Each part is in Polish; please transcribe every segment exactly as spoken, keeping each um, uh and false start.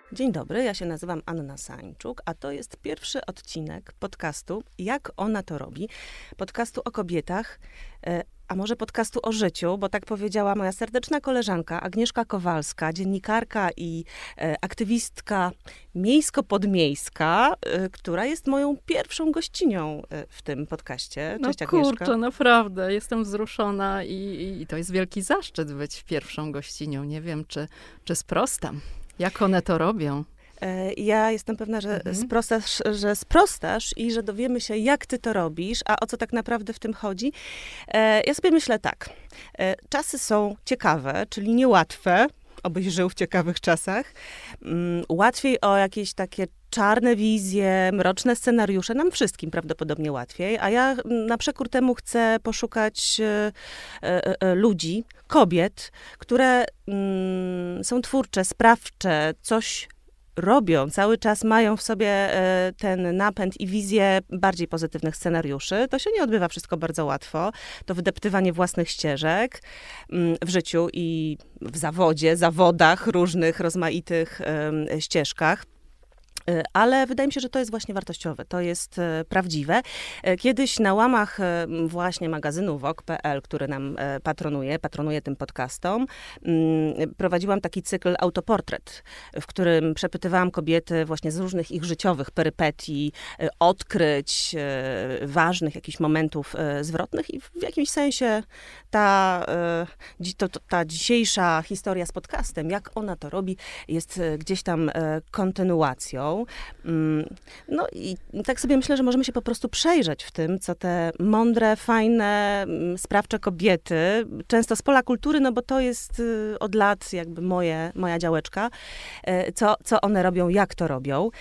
Dzień dobry, ja się nazywam Anna Sańczuk, a to jest pierwszy odcinek podcastu Jak ona to robi, podcastu o kobietach, a może podcastu o życiu, bo tak powiedziała moja serdeczna koleżanka Agnieszka Kowalska, dziennikarka i aktywistka miejsko-podmiejska, która jest moją pierwszą gościnią w tym podcaście. Cześć, no Agnieszka. Kurczę, naprawdę, jestem wzruszona i, i to jest wielki zaszczyt być pierwszą gościnią. Nie wiem, czy, czy sprostam. Jak one to robią? Ja jestem pewna, że, Mhm. sprostasz, że sprostasz i że dowiemy się, jak ty to robisz, a o co tak naprawdę w tym chodzi. Ja sobie myślę tak, czasy są ciekawe, czyli niełatwe, obyś żył w ciekawych czasach. Łatwiej o jakieś takie czarne wizje, mroczne scenariusze, nam wszystkim prawdopodobnie łatwiej, a ja na przekór temu chcę poszukać e, e, ludzi, kobiet, które mm, są twórcze, sprawcze, coś robią, cały czas mają w sobie e, ten napęd i wizję bardziej pozytywnych scenariuszy. To się nie odbywa wszystko bardzo łatwo. To wydeptywanie własnych ścieżek mm, w życiu i w zawodzie, zawodach, różnych rozmaitych e, ścieżkach. Ale wydaje mi się, że to jest właśnie wartościowe, to jest e, prawdziwe. E, kiedyś na łamach e, właśnie magazynu Vogue kropka pe el, który nam e, patronuje, patronuje tym podcastom, m, prowadziłam taki cykl autoportret, w którym przepytywałam kobiety właśnie z różnych ich życiowych perypetii, e, odkryć, e, ważnych jakichś momentów e, zwrotnych i w jakimś sensie ta, e, dzi, to, to, ta dzisiejsza historia z podcastem, jak ona to robi, jest e, gdzieś tam e, kontynuacją. No i tak sobie myślę, że możemy się po prostu przejrzeć w tym, co te mądre, fajne, sprawcze kobiety, często z pola kultury, no bo to jest od lat jakby moje, moja działeczka, co, co one robią, jak to robią.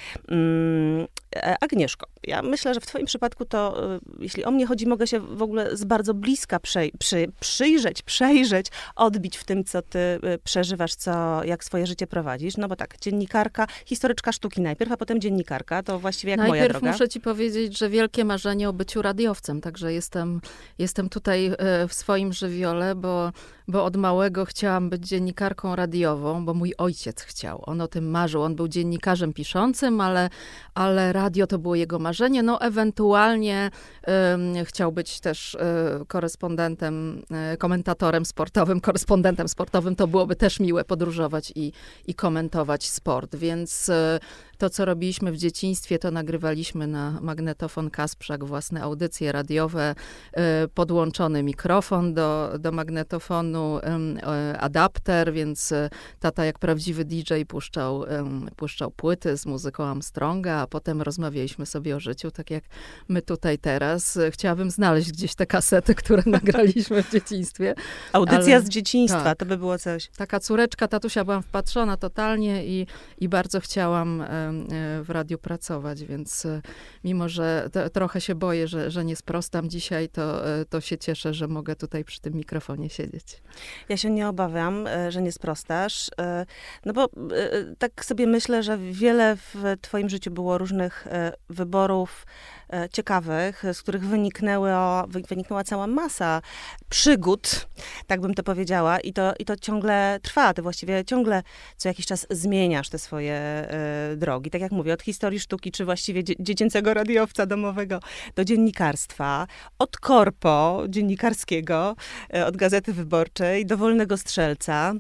Agnieszko, ja myślę, że w twoim przypadku to, jeśli o mnie chodzi, mogę się w ogóle z bardzo bliska przej- przy, przyjrzeć, przejrzeć, odbić w tym, co ty przeżywasz, co, jak swoje życie prowadzisz. No bo tak, dziennikarka, historyczka sztuki najpierw, a potem dziennikarka, to właściwie jak Najpierw moja droga. muszę ci powiedzieć, że wielkie marzenie o byciu radiowcem, także jestem, jestem tutaj w swoim żywiole, bo, bo od małego chciałam być dziennikarką radiową, bo mój ojciec chciał. On o tym marzył. On był dziennikarzem piszącym, ale, ale radio to było jego marzenie. No ewentualnie um, chciał być też um, korespondentem, um, komentatorem sportowym, korespondentem sportowym. To byłoby też miłe podróżować i, i komentować sport, więc um, to, co robiliśmy w dzieciństwie, to nagrywaliśmy na magnetofon Kasprzak własne audycje radiowe, podłączony mikrofon do, do magnetofonu, adapter, więc tata jak prawdziwy D J puszczał, puszczał płyty z muzyką Armstronga, a potem rozmawialiśmy sobie o życiu, tak jak my tutaj teraz. Chciałabym znaleźć gdzieś te kasety, które nagraliśmy w dzieciństwie. Audycja ale, z dzieciństwa, tak, to by było coś. Taka córeczka, tatusia, byłam wpatrzona totalnie i, i bardzo chciałam w radiu pracować, więc mimo, że to, trochę się boję, że, że nie sprostam dzisiaj, to, to się cieszę, że mogę tutaj przy tym mikrofonie siedzieć. Ja się nie obawiam, że nie sprostasz, no bo tak sobie myślę, że wiele w twoim życiu było różnych wyborów ciekawych, z których wyniknęły, wyniknęła cała masa przygód, tak bym to powiedziała, i to, i to ciągle trwa. Ty właściwie ciągle co jakiś czas zmieniasz te swoje e, drogi. Tak jak mówię, od historii sztuki, czy właściwie dzie- dziecięcego radiowca domowego do dziennikarstwa, od korpo dziennikarskiego, e, od Gazety Wyborczej do Wolnego Strzelca,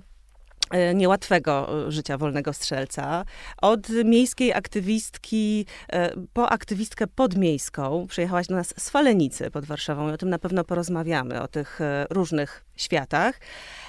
niełatwego życia wolnego strzelca, od miejskiej aktywistki po aktywistkę podmiejską. Przyjechałaś do nas z Falenicy pod Warszawą i o tym na pewno porozmawiamy, o tych różnych światach.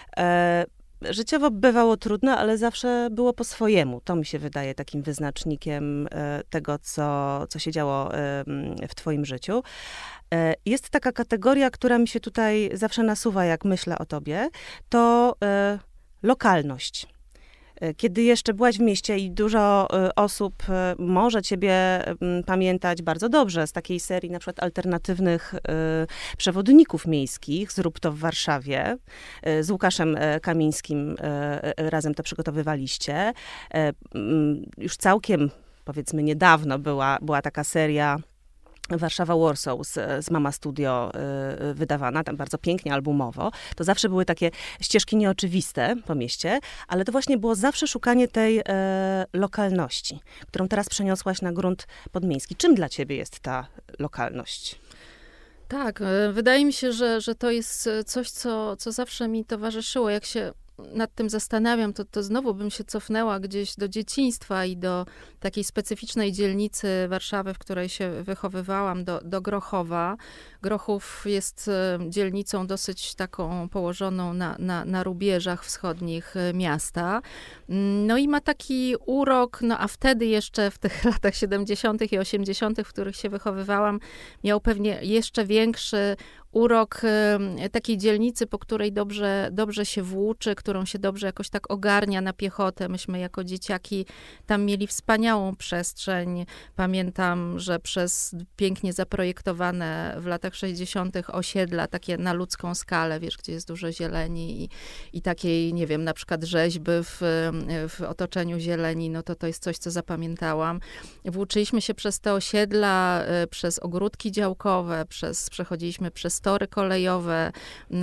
Życiowo bywało trudno, ale zawsze było po swojemu. To mi się wydaje takim wyznacznikiem tego, co, co się działo w twoim życiu. Jest taka kategoria, która mi się tutaj zawsze nasuwa, jak myślę o tobie, to lokalność. Kiedy jeszcze byłaś w mieście i dużo osób może ciebie pamiętać bardzo dobrze z takiej serii na przykład alternatywnych przewodników miejskich, Zrób to w Warszawie, z Łukaszem Kamińskim razem to przygotowywaliście. Już całkiem, powiedzmy, niedawno była, była taka seria Warszawa Warsaw z, z Mama Studio y, wydawana, tam bardzo pięknie, albumowo, to zawsze były takie ścieżki nieoczywiste po mieście, ale to właśnie było zawsze szukanie tej y, lokalności, którą teraz przeniosłaś na grunt podmiejski. Czym dla ciebie jest ta lokalność? Tak, wydaje mi się, że, że to jest coś, co, co zawsze mi towarzyszyło. Jak się nad tym zastanawiam, to, to znowu bym się cofnęła gdzieś do dzieciństwa i do takiej specyficznej dzielnicy Warszawy, w której się wychowywałam, do, do Grochowa. Grochów jest dzielnicą dosyć taką położoną na, na, na rubieżach wschodnich miasta. No i ma taki urok, no a wtedy jeszcze w tych latach siedemdziesiątych i osiemdziesiątych, w których się wychowywałam, miał pewnie jeszcze większy urok takiej dzielnicy, po której dobrze, dobrze się włóczy, którą się dobrze jakoś tak ogarnia na piechotę. Myśmy jako dzieciaki tam mieli wspaniałą przestrzeń. Pamiętam, że przez pięknie zaprojektowane w latach sześćdziesiątych osiedla, takie na ludzką skalę, wiesz, gdzie jest dużo zieleni i, i takiej, nie wiem, na przykład rzeźby w, w otoczeniu zieleni, no to to jest coś, co zapamiętałam. Włóczyliśmy się przez te osiedla, przez ogródki działkowe, przez, przechodziliśmy przez tory kolejowe,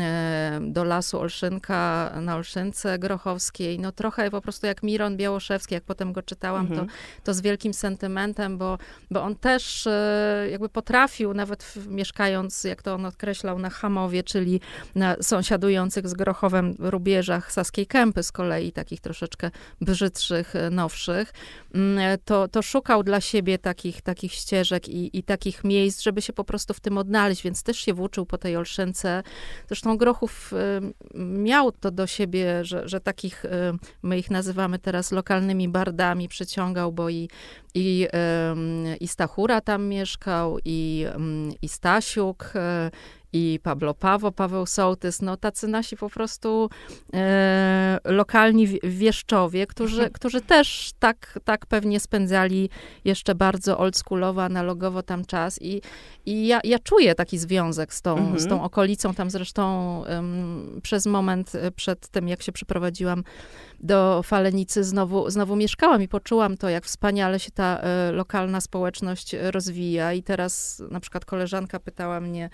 do lasu Olszynka na Olszynce Grochowskiej. No trochę po prostu jak Miron Białoszewski, jak potem go czytałam, mhm. to, to z wielkim sentymentem, bo, bo on też jakby potrafił, nawet w, mieszkając, jak to on określał, na Hamowie, czyli na sąsiadujących z Grochowem rubieżach Saskiej Kępy z kolei, takich troszeczkę brzydszych, nowszych, to, to szukał dla siebie takich, takich ścieżek i, i takich miejsc, żeby się po prostu w tym odnaleźć, więc też się włóczył po tej Olszynce. Zresztą Grochów y, miał to do siebie, że, że takich, y, my ich nazywamy teraz lokalnymi bardami, przyciągał, bo i, i, y, i Stachura tam mieszkał, i, y, i Stasiuk, y, i Pablo Pawo, Paweł Sołtys, no tacy nasi po prostu e, lokalni wieszczowie, którzy, którzy też tak, tak pewnie spędzali jeszcze bardzo oldschoolowo, analogowo tam czas i, i ja, ja czuję taki związek z tą, mhm. z tą okolicą, tam zresztą um, przez moment przed tym, jak się przyprowadziłam do Falenicy, znowu, znowu mieszkałam i poczułam to, jak wspaniale się ta e, lokalna społeczność rozwija i teraz na przykład koleżanka pytała mnie,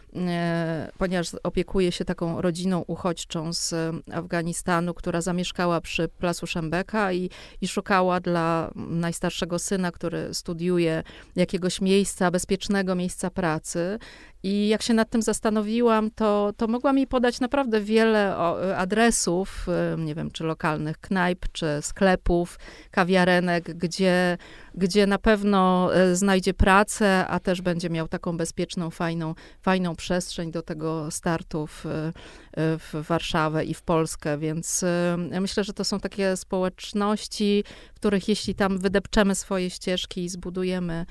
ponieważ opiekuje się taką rodziną uchodźczą z Afganistanu, która zamieszkała przy Placu Szembeka i, i szukała dla najstarszego syna, który studiuje, jakiegoś miejsca, bezpiecznego miejsca pracy. I jak się nad tym zastanowiłam, to, to mogłam jej podać naprawdę wiele adresów, nie wiem, czy lokalnych knajp, czy sklepów, kawiarenek, gdzie, gdzie na pewno znajdzie pracę, a też będzie miał taką bezpieczną, fajną, fajną przestrzeń do tego startu w, w Warszawę i w Polskę. Więc myślę, że to są takie społeczności, w których jeśli tam wydepczemy swoje ścieżki i zbudujemy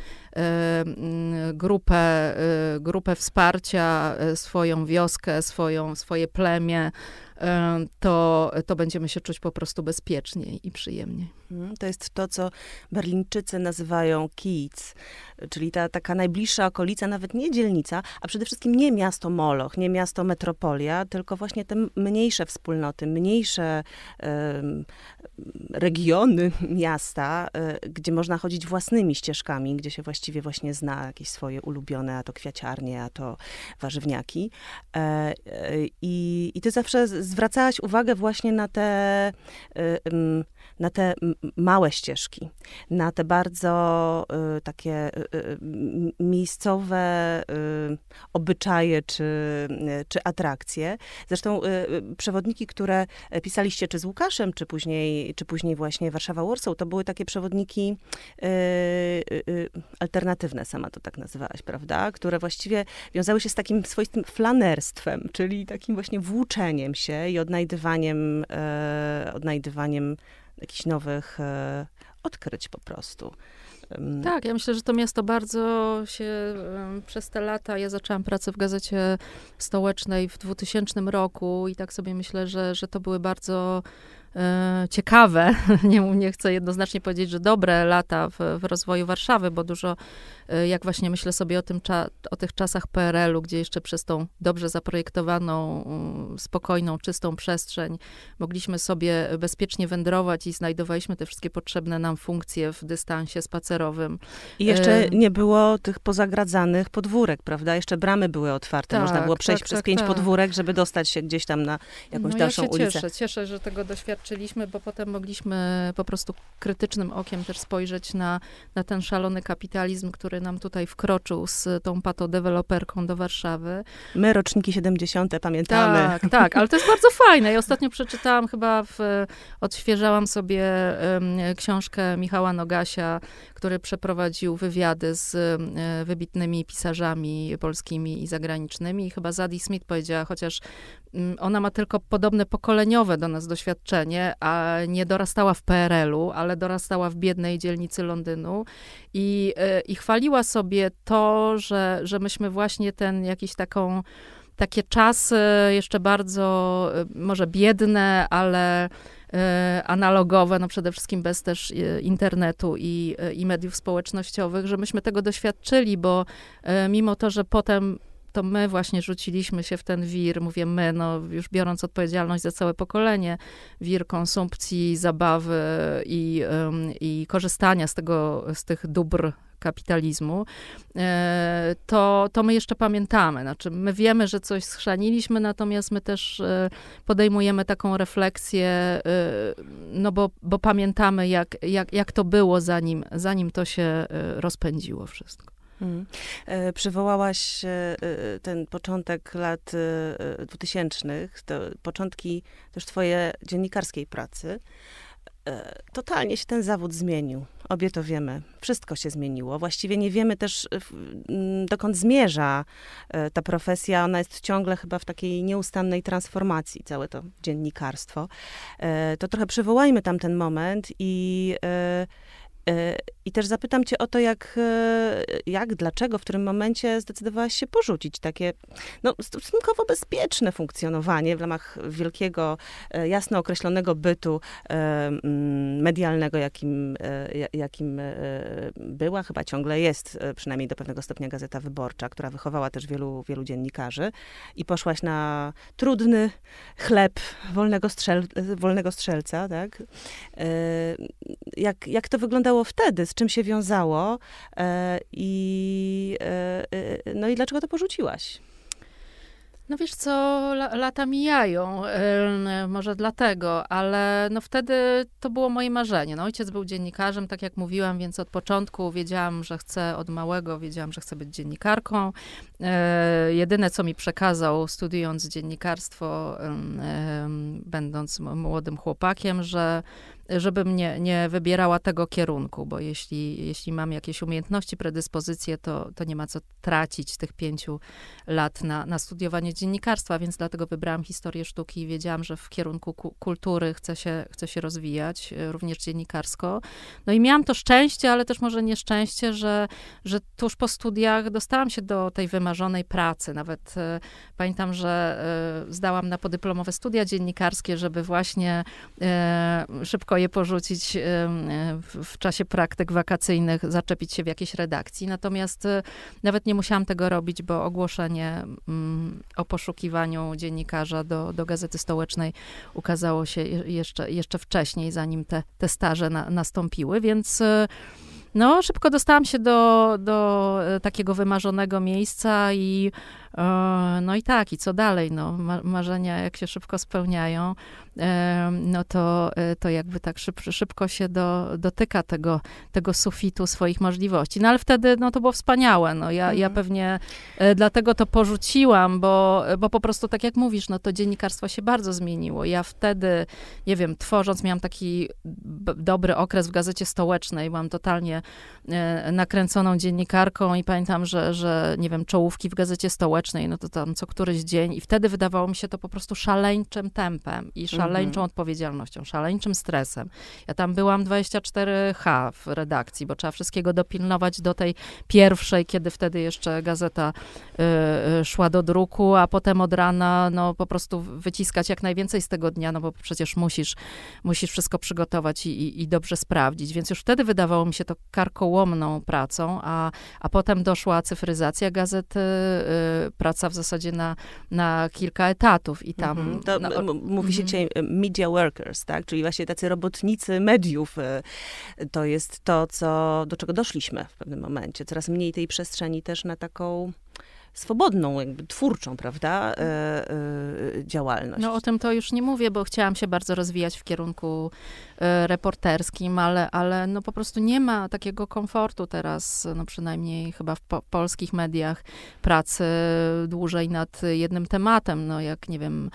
grupę, grupę wsparcia, swoją wioskę, swoją, swoje plemię, to, to będziemy się czuć po prostu bezpieczniej i przyjemniej. To jest to, co Berlińczycy nazywają Kiez, czyli ta taka najbliższa okolica, nawet nie dzielnica, a przede wszystkim nie miasto Moloch, nie miasto metropolia, tylko właśnie te mniejsze wspólnoty, mniejsze um, regiony miasta, y, gdzie można chodzić własnymi ścieżkami, gdzie się właściwie właśnie zna jakieś swoje ulubione, a to kwiaciarnie, a to warzywniaki. E, e, i, I ty zawsze zwracałaś uwagę właśnie na te, y, y, na te małe ścieżki, na te bardzo y, takie y, y, miejscowe y, obyczaje czy, y, czy atrakcje. Zresztą y, y, przewodniki, które pisaliście czy z Łukaszem, czy później, czy później właśnie Warszawa Warsaw, to były takie przewodniki y, y, y, alternatywne, sama to tak nazywałaś, prawda? Które właściwie wiązały się z takim swoistym flanerstwem, czyli takim właśnie włóczeniem się i odnajdywaniem, y, odnajdywaniem jakichś nowych e, odkryć po prostu. Tak, ja myślę, że to miasto bardzo się um, przez te lata, ja zaczęłam pracę w Gazecie Stołecznej w dwutysięcznym roku i tak sobie myślę, że, że to były bardzo ciekawe, nie, nie chcę jednoznacznie powiedzieć, że dobre lata w, w rozwoju Warszawy, bo dużo, jak właśnie myślę sobie o, tym, o tych czasach P R L u, gdzie jeszcze przez tą dobrze zaprojektowaną, spokojną, czystą przestrzeń mogliśmy sobie bezpiecznie wędrować i znajdowaliśmy te wszystkie potrzebne nam funkcje w dystansie spacerowym. I jeszcze nie było tych pozagradzanych podwórek, prawda? Jeszcze bramy były otwarte, tak, można było przejść tak, przez tak, pięć tak. podwórek, żeby dostać się gdzieś tam na jakąś no dalszą ja się ulicę. Cieszę, cieszę, że tego doświadczyliśmy, bo potem mogliśmy po prostu krytycznym okiem też spojrzeć na, na ten szalony kapitalizm, który nam tutaj wkroczył z tą patodeweloperką do Warszawy. My, roczniki siedemdziesiąte, pamiętamy. Tak, tak, ale to jest bardzo fajne. Ja ostatnio przeczytałam chyba, w, odświeżałam sobie um, książkę Michała Nogasia, który przeprowadził wywiady z um, wybitnymi pisarzami polskimi i zagranicznymi. I chyba Zadie Smith powiedziała, chociaż um, ona ma tylko podobne pokoleniowe do nas doświadczenie, a nie dorastała w P R L u, ale dorastała w biednej dzielnicy Londynu i, y, i chwaliła sobie to, że, że myśmy właśnie ten jakiś taką takie czasy jeszcze bardzo, może biedne, ale analogowe, no przede wszystkim bez też internetu i, i mediów społecznościowych, że myśmy tego doświadczyli, bo mimo to, że potem to my właśnie rzuciliśmy się w ten wir, mówię my, no już biorąc odpowiedzialność za całe pokolenie, wir konsumpcji, zabawy i, i korzystania z tego, z tych dóbr kapitalizmu, to, to my jeszcze pamiętamy. Znaczy, my wiemy, że coś schrzaniliśmy, natomiast my też podejmujemy taką refleksję, no bo, bo pamiętamy, jak, jak, jak to było, zanim, zanim to się rozpędziło wszystko. Hmm. E, przywołałaś e, ten początek lat e, dwutysięcznych, to początki też twoje dziennikarskiej pracy. E, totalnie się ten zawód zmienił. Obie to wiemy. Wszystko się zmieniło. Właściwie nie wiemy też, dokąd zmierza e, ta profesja. Ona jest ciągle chyba w takiej nieustannej transformacji, całe to dziennikarstwo. E, to trochę przywołajmy tam ten moment i e, I też zapytam cię o to, jak, jak, dlaczego, w którym momencie zdecydowałaś się porzucić takie, no, stosunkowo bezpieczne funkcjonowanie w ramach wielkiego, jasno określonego bytu medialnego, jakim, jakim była, chyba ciągle jest, przynajmniej do pewnego stopnia, Gazeta Wyborcza, która wychowała też wielu, wielu dziennikarzy, i poszłaś na trudny chleb wolnego, strzel, wolnego strzelca, tak? Jak, jak to wyglądało wtedy, z czym się wiązało e, i, e, no i dlaczego to porzuciłaś? No wiesz co, la, lata mijają, e, może dlatego, ale no wtedy to było moje marzenie. No ojciec był dziennikarzem, tak jak mówiłam, więc od początku wiedziałam, że chcę, od małego wiedziałam, że chcę być dziennikarką. E, jedyne, co mi przekazał, studiując dziennikarstwo, e, e, będąc młodym chłopakiem, że żebym nie, nie wybierała tego kierunku, bo jeśli, jeśli mam jakieś umiejętności, predyspozycje, to, to nie ma co tracić tych pięciu lat na, na studiowanie dziennikarstwa, więc dlatego wybrałam historię sztuki i wiedziałam, że w kierunku ku, kultury chcę się, chcę się rozwijać, również dziennikarsko. No i miałam to szczęście, ale też może nieszczęście, że, że tuż po studiach dostałam się do tej wymarzonej pracy. Nawet e, pamiętam, że e, zdałam na podyplomowe studia dziennikarskie, żeby właśnie e, szybko je porzucić w czasie praktyk wakacyjnych, zaczepić się w jakiejś redakcji. Natomiast nawet nie musiałam tego robić, bo ogłoszenie o poszukiwaniu dziennikarza do, do Gazety Stołecznej ukazało się jeszcze, jeszcze wcześniej, zanim te, te staże na, nastąpiły, więc no, szybko dostałam się do, do takiego wymarzonego miejsca i no i tak, i co dalej? No, marzenia jak się szybko spełniają, no to, to jakby tak szyb, szybko się do, dotyka tego, tego sufitu swoich możliwości. No ale wtedy, no to było wspaniałe. No, ja, mhm. ja pewnie dlatego to porzuciłam, bo, bo po prostu, tak jak mówisz, no to dziennikarstwo się bardzo zmieniło. Ja wtedy, nie wiem, tworząc, miałam taki b- dobry okres w Gazecie Stołecznej, byłam totalnie nakręconą dziennikarką i pamiętam, że, że nie wiem, czołówki w Gazecie Stołecznej społecznej, no to tam co któryś dzień i wtedy wydawało mi się to po prostu szaleńczym tempem i szaleńczą mm-hmm. odpowiedzialnością, szaleńczym stresem. Ja tam byłam dwadzieścia cztery H w redakcji, bo trzeba wszystkiego dopilnować do tej pierwszej, kiedy wtedy jeszcze gazeta y, y, szła do druku, a potem od rana, no po prostu wyciskać jak najwięcej z tego dnia, no bo przecież musisz, musisz wszystko przygotować i, i, i dobrze sprawdzić. Więc już wtedy wydawało mi się to karkołomną pracą, a, a potem doszła cyfryzacja gazety, y, praca w zasadzie na, na kilka etatów i tam... Mm-hmm. To no, m- mówi się dzisiaj media workers, tak? Czyli właśnie tacy robotnicy mediów. Y, to jest to, co, do czego doszliśmy w pewnym momencie. Coraz mniej tej przestrzeni też na taką swobodną, jakby twórczą, prawda, e, e, działalność. No o tym to już nie mówię, bo chciałam się bardzo rozwijać w kierunku e, reporterskim, ale, ale no po prostu nie ma takiego komfortu teraz, no przynajmniej chyba w po, polskich mediach, pracy dłużej nad jednym tematem, no jak, nie wiem,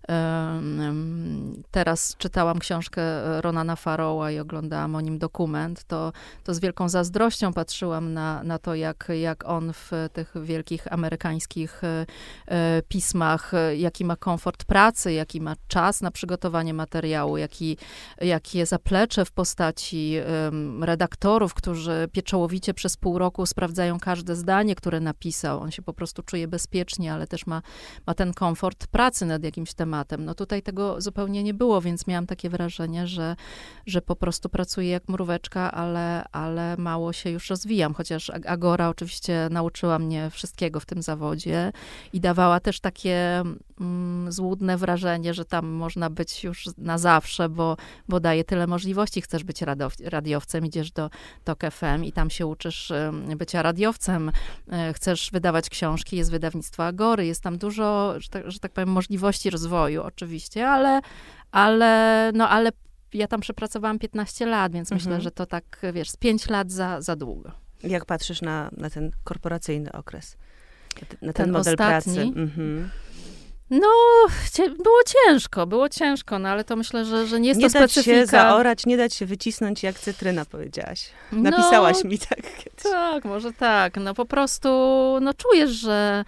teraz czytałam książkę Ronana Farrowa i oglądałam o nim dokument, to, to z wielką zazdrością patrzyłam na, na to, jak, jak on w tych wielkich amerykańskich pismach, jaki ma komfort pracy, jaki ma czas na przygotowanie materiału, jaki, jakie zaplecze w postaci redaktorów, którzy pieczołowicie przez pół roku sprawdzają każde zdanie, które napisał. On się po prostu czuje bezpiecznie, ale też ma, ma ten komfort pracy nad jakimś tematem. No tutaj tego zupełnie nie było, więc miałam takie wrażenie, że, że po prostu pracuję jak mróweczka, ale, ale mało się już rozwijam, chociaż Agora oczywiście nauczyła mnie wszystkiego w tym zawodzie i dawała też takie mm, złudne wrażenie, że tam można być już na zawsze, bo, bo daje tyle możliwości. Chcesz być radow- radiowcem, idziesz do Tok F M i tam się uczysz bycia radiowcem. Chcesz wydawać książki, jest wydawnictwo Agory, jest tam dużo, że tak, że tak powiem, możliwości rozwoju oczywiście, ale, ale, no, ale ja tam przepracowałam piętnaście lat, więc mhm. myślę, że to tak, wiesz, z pięć lat za, za długo. Jak patrzysz na, na ten korporacyjny okres? Na ten, na ten, ten model ostatni? pracy? Mhm. No, cie, było ciężko, było ciężko, no ale to myślę, że, że nie jest nie to specyfika. Nie dać się zaorać, nie dać się wycisnąć jak cytryna, powiedziałaś. Napisałaś no, mi tak kiedyś. Tak, może tak. No po prostu, no czujesz, że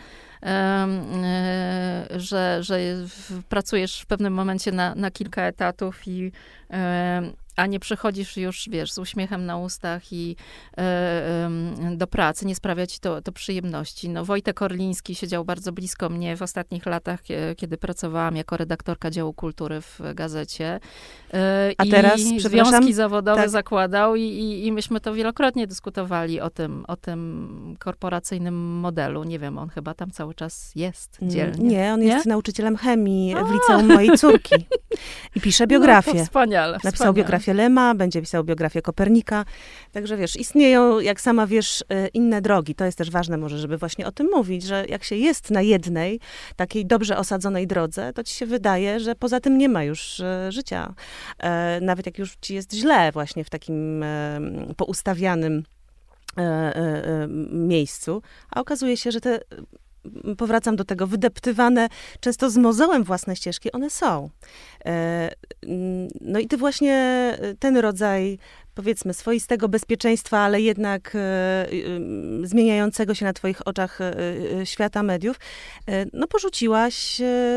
że, że pracujesz w pewnym momencie na, na kilka etatów i a nie przychodzisz już, wiesz, z uśmiechem na ustach i e, do pracy, nie sprawia ci to, to przyjemności. No, Wojtek Orliński siedział bardzo blisko mnie w ostatnich latach, kiedy pracowałam jako redaktorka działu kultury w gazecie. E, A teraz, i przepraszam, związki zawodowe tak. zakładał i, i, i myśmy to wielokrotnie dyskutowali o tym, o tym korporacyjnym modelu. Nie wiem, on chyba tam cały czas jest dzielnie. Nie, on nie? jest nauczycielem chemii w liceum mojej córki i pisze biografię. No, to wspaniale, Napisał wspaniale. biografię Lema, będzie pisał biografię Kopernika. Także wiesz, istnieją, jak sama wiesz, inne drogi. To jest też ważne może, żeby właśnie o tym mówić, że jak się jest na jednej takiej dobrze osadzonej drodze, to ci się wydaje, że poza tym nie ma już życia. Nawet jak już ci jest źle właśnie w takim poustawianym miejscu, a okazuje się, że te powracam do tego, wydeptywane często z mozołem własne ścieżki, one są. No i ty właśnie ten rodzaj, powiedzmy, swoistego bezpieczeństwa, ale jednak zmieniającego się na twoich oczach świata mediów, no porzuciłaś,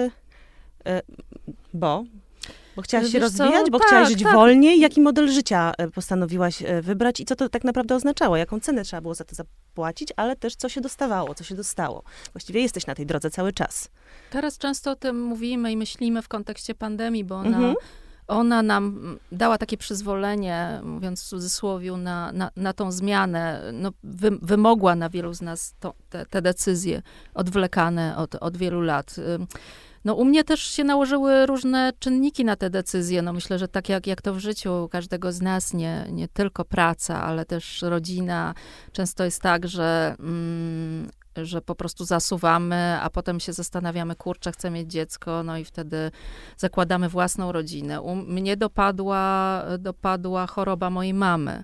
bo... Bo chciałaś się Wiesz rozwijać, co? bo tak, chciałaś żyć tak. wolniej. Jaki model życia postanowiłaś wybrać i co to tak naprawdę oznaczało? Jaką cenę trzeba było za to zapłacić, ale też co się dostawało, co się dostało? Właściwie jesteś na tej drodze cały czas. Teraz często o tym mówimy i myślimy w kontekście pandemii, bo ona, Mhm. ona nam dała takie przyzwolenie, mówiąc w cudzysłowie, na, na, na tą zmianę. No, wy, wymogła na wielu z nas to, te, te decyzje odwlekane od, od wielu lat. No u mnie też się nałożyły różne czynniki na te decyzje. No myślę, że tak jak, jak to w życiu każdego z nas, nie, nie tylko praca, ale też rodzina. Często jest tak, że, mm, że po prostu zasuwamy, a potem się zastanawiamy, kurczę, chcę mieć dziecko, no i wtedy zakładamy własną rodzinę. U mnie dopadła, dopadła choroba mojej mamy.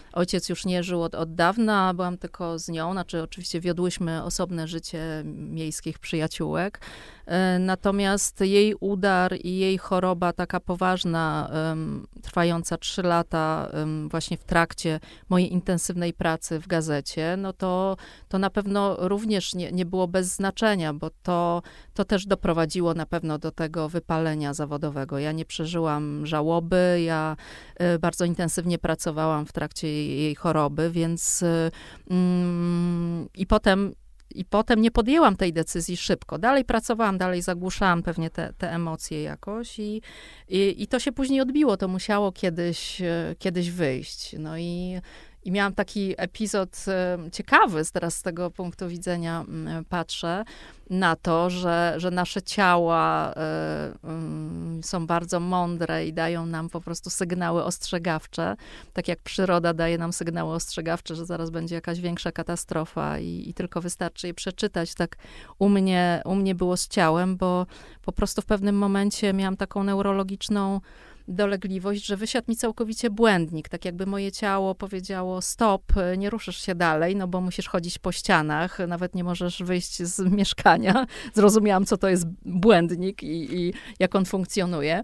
ojciec już nie żył od, od dawna, byłam tylko z nią, znaczy oczywiście wiodłyśmy osobne życie miejskich przyjaciółek. Natomiast jej udar i jej choroba taka poważna, um, trwająca trzy lata um, właśnie w trakcie mojej intensywnej pracy w gazecie, no to, to na pewno również nie, nie było bez znaczenia, bo to, to też doprowadziło na pewno do tego wypalenia zawodowego. Ja nie przeżyłam żałoby, ja y, bardzo intensywnie pracowałam w trakcie jej, jej choroby, więc y, mm, i potem I potem nie podjęłam tej decyzji szybko. Dalej pracowałam, dalej zagłuszałam pewnie te, te emocje jakoś i, i, i to się później odbiło. To musiało kiedyś, kiedyś wyjść. No i, i miałam taki epizod ciekawy, teraz z tego punktu widzenia patrzę na to, że, że nasze ciała y, y, są bardzo mądre i dają nam po prostu sygnały ostrzegawcze, tak jak przyroda daje nam sygnały ostrzegawcze, że zaraz będzie jakaś większa katastrofa i, i tylko wystarczy je przeczytać. Tak u mnie, u mnie było z ciałem, bo po prostu w pewnym momencie miałam taką neurologiczną dolegliwość, że wysiadł mi całkowicie błędnik, tak jakby moje ciało powiedziało stop, nie ruszysz się dalej, no bo musisz chodzić po ścianach, nawet nie możesz wyjść z mieszkania. Zrozumiałam, co to jest błędnik i, i jak on funkcjonuje.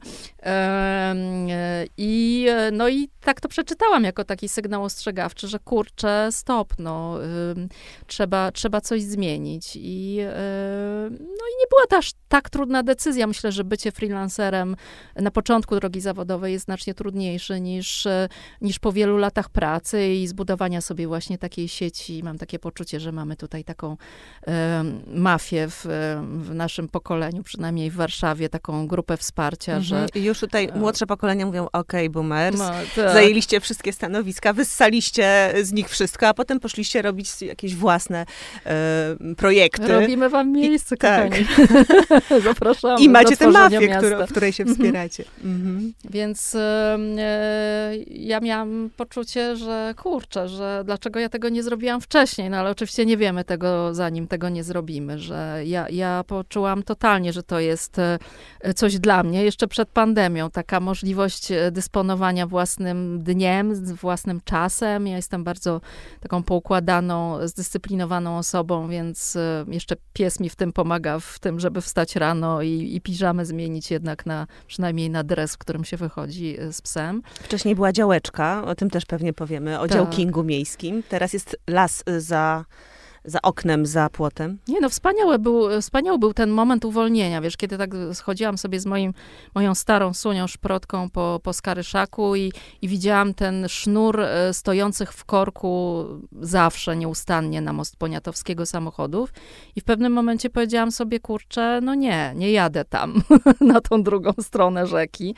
I no i tak to przeczytałam jako taki sygnał ostrzegawczy, że kurczę, stop, no trzeba, trzeba coś zmienić. I, no i nie była to aż tak trudna decyzja. Myślę, że bycie freelancerem na początku drogi zawodowej jest znacznie trudniejsze niż, niż po wielu latach pracy i zbudowania sobie właśnie takiej sieci. Mam takie poczucie, że mamy tutaj taką e, mafię w, w naszym pokoleniu, przynajmniej w Warszawie, taką grupę wsparcia, mhm. że... I już tutaj młodsze pokolenia mówią, okej, okay, boomers, no, tak. zajęliście wszystkie stanowiska, wyssaliście z nich wszystko, a potem poszliście robić jakieś własne e, projekty. Robimy wam miejsce, I, kochani. Tak. Zapraszamy. I macie tę mafię, którą, w której się wspieracie. Mhm. Więc e, ja miałam poczucie, że kurczę, że dlaczego ja tego nie zrobiłam wcześniej, no ale oczywiście nie wiemy tego, zanim tego nie zrobimy, że ja, ja poczułam totalnie, że to jest coś dla mnie, jeszcze przed pandemią, taka możliwość dysponowania własnym dniem, własnym czasem. Ja jestem bardzo taką poukładaną, zdyscyplinowaną osobą, więc jeszcze pies mi w tym pomaga, w tym, żeby wstać rano i, i piżamę zmienić jednak na, przynajmniej na dres, w którym się wychodzi z psem. Wcześniej była działeczka, o tym też pewnie powiemy, o tak. działkingu miejskim. Teraz jest las za, za oknem, za płotem. Nie no, wspaniały był, wspaniały był ten moment uwolnienia, wiesz, kiedy tak schodziłam sobie z moim, moją starą Sunią Szprotką po, po Skaryszaku i, i widziałam ten sznur stojących w korku zawsze, nieustannie na Most Poniatowskiego samochodów i w pewnym momencie powiedziałam sobie, kurczę, no nie, nie jadę tam, na tą drugą stronę rzeki.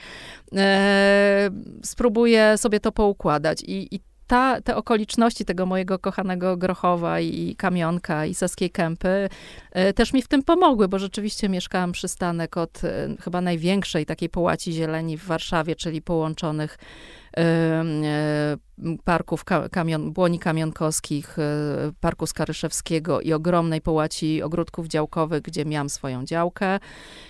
E, spróbuję sobie to poukładać i, i Ta, te okoliczności tego mojego kochanego Grochowa i Kamionka i Saskiej Kępy e, też mi w tym pomogły, bo rzeczywiście mieszkałam przystanek od e, chyba największej takiej połaci zieleni w Warszawie, czyli połączonych e, e, parków kamion, Błoni Kamionkowskich, e, Parku Skaryszewskiego i ogromnej połaci ogródków działkowych, gdzie miałam swoją działkę.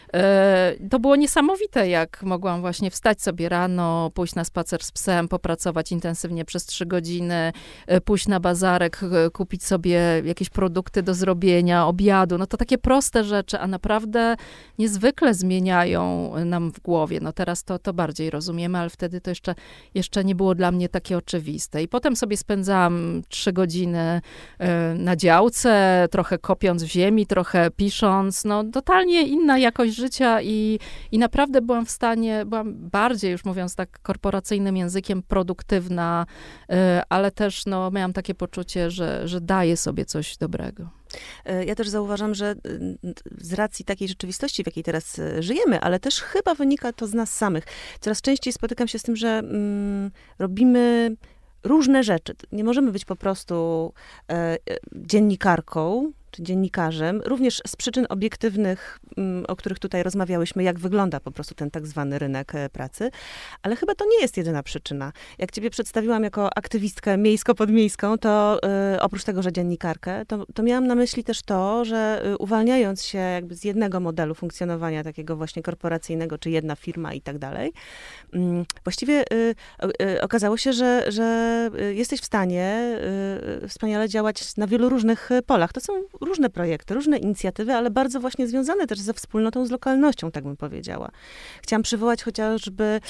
To było niesamowite, jak mogłam właśnie wstać sobie rano, pójść na spacer z psem, popracować intensywnie przez trzy godziny, pójść na bazarek, kupić sobie jakieś produkty do zrobienia, obiadu. No to takie proste rzeczy, a naprawdę niezwykle zmieniają nam w głowie. No teraz to, to bardziej rozumiemy, ale wtedy to jeszcze, jeszcze nie było dla mnie takie oczywiste. I potem sobie spędzałam trzy godziny na działce, trochę kopiąc w ziemi, trochę pisząc. No totalnie inna jakość życia i, i naprawdę byłam w stanie, byłam bardziej, już mówiąc tak korporacyjnym językiem, produktywna, ale też no, miałam takie poczucie, że, że daję sobie coś dobrego. Ja też zauważam, że z racji takiej rzeczywistości, w jakiej teraz żyjemy, ale też chyba wynika to z nas samych. Coraz częściej spotykam się z tym, że mm, robimy różne rzeczy. Nie możemy być po prostu e, dziennikarką, czy dziennikarzem, również z przyczyn obiektywnych, o których tutaj rozmawiałyśmy, jak wygląda po prostu ten tak zwany rynek pracy, ale chyba to nie jest jedyna przyczyna. Jak ciebie przedstawiłam jako aktywistkę miejsko-podmiejską, to y, oprócz tego, że dziennikarkę, to, to miałam na myśli też to, że y, uwalniając się jakby z jednego modelu funkcjonowania takiego właśnie korporacyjnego, czy jedna firma i tak dalej, y, właściwie y, y, okazało się, że, że jesteś w stanie y, wspaniale działać na wielu różnych polach. To są różne projekty, różne inicjatywy, ale bardzo właśnie związane też ze wspólnotą, z lokalnością, tak bym powiedziała. Chciałam przywołać chociażby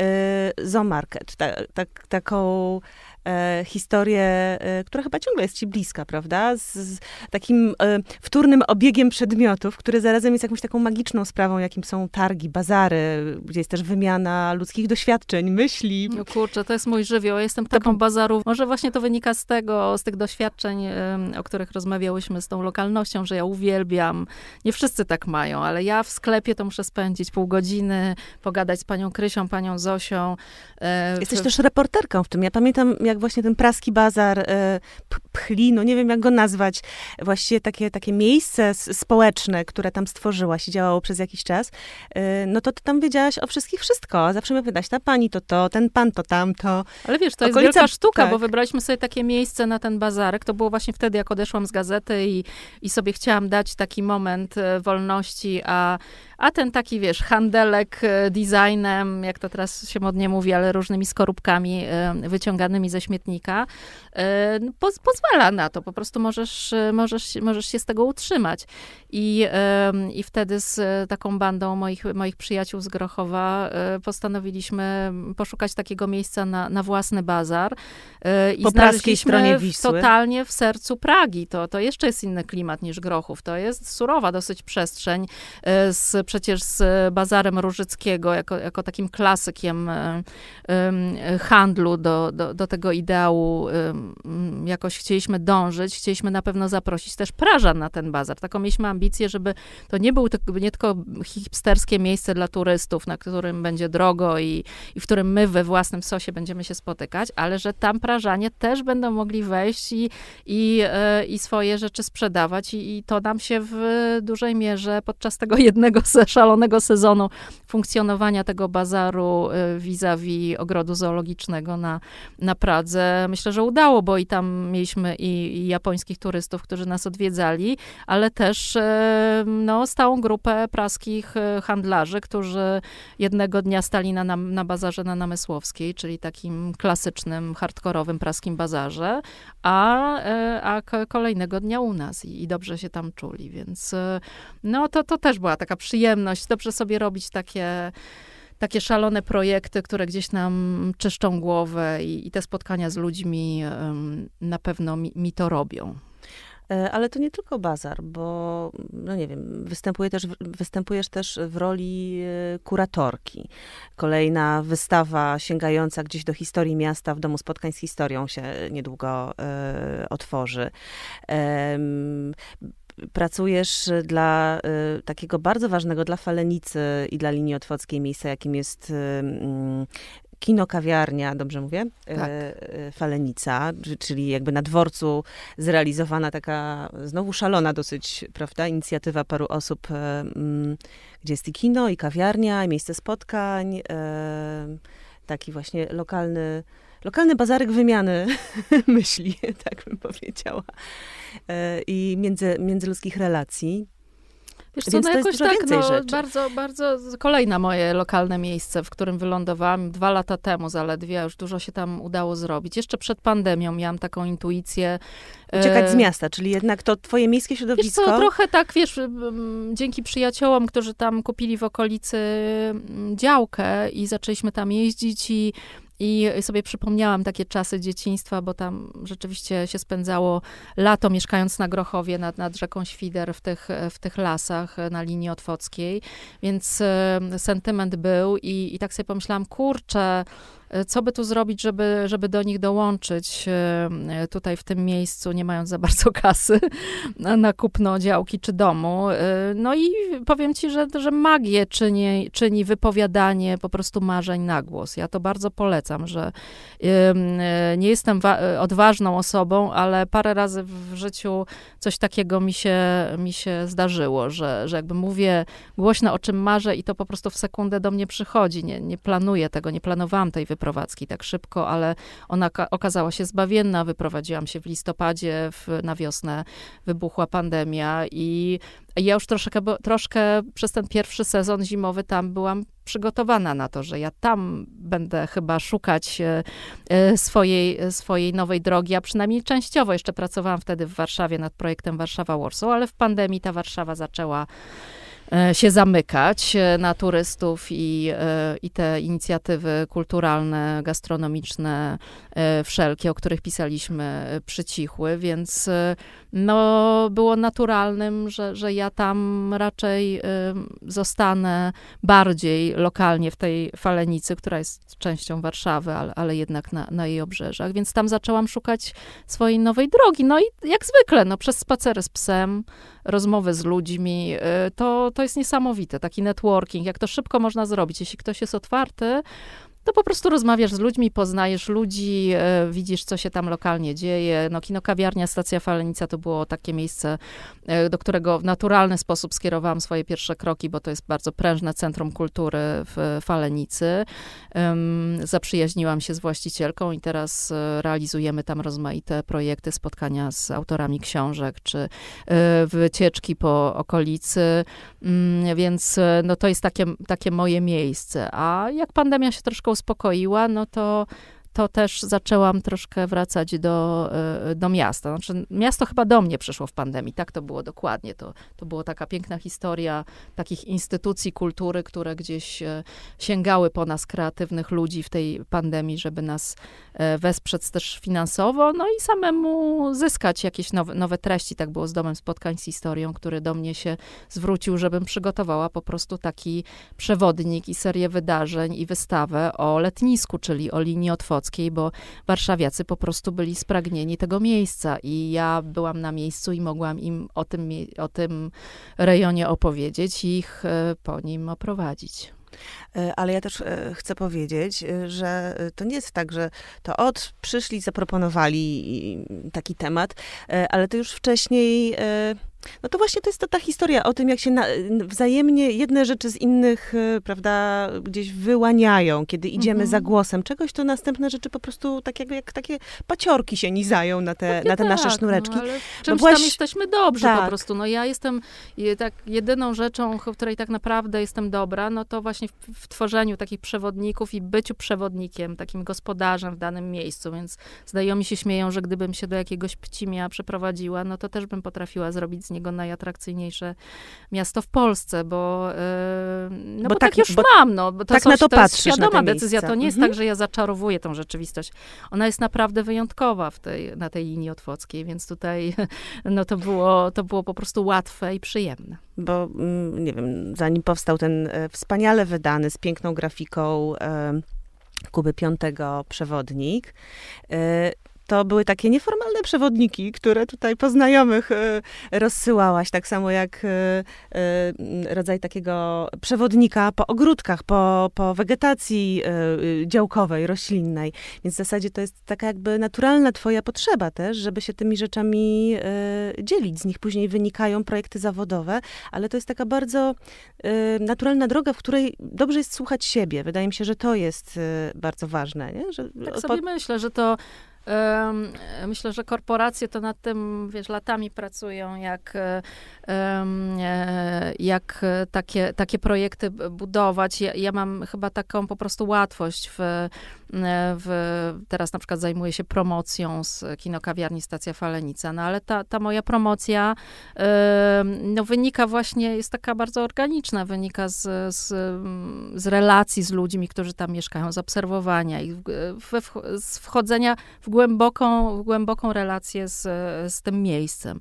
y, Zoomarket, ta, ta, taką e, historię, e, która chyba ciągle jest ci bliska, prawda? Z, z takim e, wtórnym obiegiem przedmiotów, który zarazem jest jakąś taką magiczną sprawą, jakim są targi, bazary, gdzie jest też wymiana ludzkich doświadczeń, myśli. No kurczę, to jest mój żywioł. Ja jestem taką bazarów. Może właśnie to wynika z tego, z tych doświadczeń, o których rozmawiałyśmy z tą lokalnością, że ja uwielbiam. Nie wszyscy tak mają, ale ja w sklepie to muszę spędzić pół godziny, pogadać z panią Krysią, panią Zosią. E, Jesteś w... też reporterką w tym. Ja pamiętam, jak właśnie ten praski bazar e, Pchli, no nie wiem, jak go nazwać, właściwie takie, takie miejsce społeczne, które tam stworzyłaś i działało przez jakiś czas, e, no to ty tam wiedziałaś o wszystkich wszystko. Zawsze mnie pytać, ta pani to to, ten pan to tamto. Ale wiesz, to Okolica, jest wielka sztuka, tak. bo wybraliśmy sobie takie miejsce na ten bazarek. To było właśnie wtedy, jak odeszłam z gazety i, i sobie chciałam dać taki moment wolności, a, a ten taki, wiesz, handelek designem, jak to teraz się modnie mówi, ale różnymi skorupkami wyciąganymi ze śmietnika, poz, pozwala na to. Po prostu możesz, możesz, możesz się z tego utrzymać. I, i wtedy z taką bandą moich, moich przyjaciół z Grochowa postanowiliśmy poszukać takiego miejsca na, na własny bazar. I po praskiej stronie Wisły. Totalnie w sercu Pragi. To, to jeszcze jest inny klimat niż Grochów. To jest surowa dosyć przestrzeń, z, przecież z bazarem Różyckiego, jako, jako takim klasykiem um, handlu do, do, do tego ideału. Um, jakoś chcieliśmy dążyć, chcieliśmy na pewno zaprosić też Prażan na ten bazar. Taką mieliśmy ambicję, żeby to nie było nie tylko hipsterskie miejsce dla turystów, na którym będzie drogo i, i w którym my we własnym sosie będziemy się spotykać, ale że tam Prażanie też będą mogli wejść i, i, i swoje rzeczy sprzedawać i, i to nam się w dużej mierze podczas tego jednego szalonego sezonu funkcjonowania tego bazaru vis-a-vis ogrodu zoologicznego na, na Pradze, myślę, że udało, bo i tam mieliśmy i, i japońskich turystów, którzy nas odwiedzali, ale też no, stałą grupę praskich handlarzy, którzy jednego dnia stali na, na bazarze na Namysłowskiej, czyli takim klasycznym, hardkorowym praskim bazarze, a, a kolejnego dnia u nas i, i dobrze się tam czuli, więc no to, to też była taka przyjemność, dobrze sobie robić takie takie szalone projekty, które gdzieś nam czyszczą głowę i, i te spotkania z ludźmi um, na pewno mi, mi to robią. Ale to nie tylko bazar, bo, no nie wiem, występuje też, występujesz też w roli kuratorki. Kolejna wystawa sięgająca gdzieś do historii miasta w Domu Spotkań z Historią się niedługo e, otworzy. E, Pracujesz dla y, takiego bardzo ważnego dla Falenicy i dla linii otwockiej miejsca, jakim jest y, y, kino, kawiarnia, dobrze mówię? Tak. Y, Falenica, czyli jakby na dworcu zrealizowana taka znowu szalona dosyć, prawda, inicjatywa paru osób, y, y, gdzie jest i kino, i kawiarnia, i miejsce spotkań, y, taki właśnie lokalny Lokalny bazarek wymiany myśli, tak bym powiedziała, i między, międzyludzkich relacji. Wiesz co, Więc no to jakoś jest dużo tak, więcej no, rzeczy. bardzo, bardzo, kolejne moje lokalne miejsce, w którym wylądowałam dwa lata temu zaledwie, już dużo się tam udało zrobić. Jeszcze przed pandemią miałam taką intuicję. Uciekać z miasta, czyli jednak to twoje miejskie środowisko. Wiesz co, trochę tak, wiesz, dzięki przyjaciołom, którzy tam kupili w okolicy działkę i zaczęliśmy tam jeździć i I sobie przypomniałam takie czasy dzieciństwa, bo tam rzeczywiście się spędzało lato, mieszkając na Grochowie, nad, nad rzeką Świder, w tych, w tych lasach na linii otwockiej. Więc sentyment był i, i tak sobie pomyślałam, kurczę, co by tu zrobić, żeby, żeby do nich dołączyć tutaj w tym miejscu, nie mając za bardzo kasy na, na kupno działki czy domu. No i powiem ci, że, że magię czyni, czyni wypowiadanie po prostu marzeń na głos. Ja to bardzo polecam, że nie jestem wa- odważną osobą, ale parę razy w życiu coś takiego mi się, mi się zdarzyło, że, że jakby mówię głośno, o czym marzę i to po prostu w sekundę do mnie przychodzi. Nie, nie planuję tego, nie planowałam tej wyprowadzki tak szybko, ale ona ka- okazała się zbawienna. Wyprowadziłam się w listopadzie, w, na wiosnę wybuchła pandemia i ja już troszkę, troszkę przez ten pierwszy sezon zimowy tam byłam przygotowana na to, że ja tam będę chyba szukać swojej, swojej nowej drogi, a przynajmniej częściowo. Jeszcze pracowałam wtedy w Warszawie nad projektem Warszawa-Warsaw, ale w pandemii ta Warszawa zaczęła się zamykać na turystów i, i te inicjatywy kulturalne, gastronomiczne, wszelkie, o których pisaliśmy, przycichły, więc no, było naturalnym, że, że ja tam raczej zostanę bardziej lokalnie w tej Falenicy, która jest częścią Warszawy, ale, ale jednak na, na jej obrzeżach, więc tam zaczęłam szukać swojej nowej drogi. No i jak zwykle, no, przez spacery z psem, rozmowy z ludźmi, to, to jest niesamowite, taki networking, jak to szybko można zrobić. Jeśli ktoś jest otwarty, to po prostu rozmawiasz z ludźmi, poznajesz ludzi, e, widzisz, co się tam lokalnie dzieje. No, kino, kawiarnia, stacja Falenica to było takie miejsce, e, do którego w naturalny sposób skierowałam swoje pierwsze kroki, bo to jest bardzo prężne centrum kultury w Falenicy. Um, zaprzyjaźniłam się z właścicielką i teraz e, realizujemy tam rozmaite projekty, spotkania z autorami książek, czy e, wycieczki po okolicy, um, więc e, no, to jest takie, takie moje miejsce. A jak pandemia się troszkę uspokoiła, no to, to też zaczęłam troszkę wracać do, do miasta. Znaczy, miasto chyba do mnie przyszło w pandemii, tak to było dokładnie. To, to była taka piękna historia takich instytucji kultury, które gdzieś sięgały po nas, kreatywnych ludzi w tej pandemii, żeby nas wesprzeć też finansowo, no i samemu zyskać jakieś nowe, nowe treści. Tak było z Domem Spotkań z Historią, który do mnie się zwrócił, żebym przygotowała po prostu taki przewodnik i serię wydarzeń i wystawę o letnisku, czyli o linii otwockiej, bo warszawiacy po prostu byli spragnieni tego miejsca i ja byłam na miejscu i mogłam im o tym, o tym rejonie opowiedzieć i ich po nim oprowadzić. Ale ja też chcę powiedzieć, że to nie jest tak, że to od przyszli, zaproponowali taki temat, ale to już wcześniej, no to właśnie to jest to ta historia o tym, jak się na, wzajemnie jedne rzeczy z innych, prawda, gdzieś wyłaniają, kiedy idziemy mm-hmm. za głosem czegoś, to następne rzeczy po prostu tak jak, jak takie paciorki się nizają na te, na te tak, nasze sznureczki. No, ale w czymś właśnie, tam jesteśmy dobrzy tak. po prostu. No ja jestem tak jedyną rzeczą, w której tak naprawdę jestem dobra, no to właśnie w, w tworzeniu takich przewodników i byciu przewodnikiem, takim gospodarzem w danym miejscu, więc znajomi się śmieją, że gdybym się do jakiegoś Pcimia przeprowadziła, no to też bym potrafiła zrobić z niego najatrakcyjniejsze miasto w Polsce, bo, yy, no bo, bo tak, tak już bo mam, no. Bo to tak coś, na to, to patrzysz, jest świadoma na decyzja. To nie jest mhm. tak, że ja zaczarowuję tą rzeczywistość. Ona jest naprawdę wyjątkowa w tej, na tej linii otwockiej, więc tutaj no to było, to było po prostu łatwe i przyjemne. Bo, nie wiem, zanim powstał ten wspaniale wydany, z piękną grafiką e, Kuby Piątego przewodnik, e, to były takie nieformalne przewodniki, które tutaj po znajomych y, rozsyłałaś, tak samo jak y, y, rodzaj takiego przewodnika po ogródkach, po, po wegetacji y, działkowej, roślinnej. Więc w zasadzie to jest taka jakby naturalna twoja potrzeba też, żeby się tymi rzeczami y, dzielić. Z nich później wynikają projekty zawodowe, ale to jest taka bardzo y, naturalna droga, w której dobrze jest słuchać siebie. Wydaje mi się, że to jest y, bardzo ważne. Nie? Że, tak sobie po... myślę, że to myślę, że korporacje to nad tym, wiesz, latami pracują, jak, jak takie, takie projekty budować. Ja, ja mam chyba taką po prostu łatwość w, w, teraz na przykład zajmuję się promocją z kinokawiarni Stacja Falenica, no ale ta, ta moja promocja no, wynika właśnie, jest taka bardzo organiczna, wynika z, z, z relacji z ludźmi, którzy tam mieszkają, z obserwowania ich, z wchodzenia w głęboką, w głęboką relację z, z tym miejscem.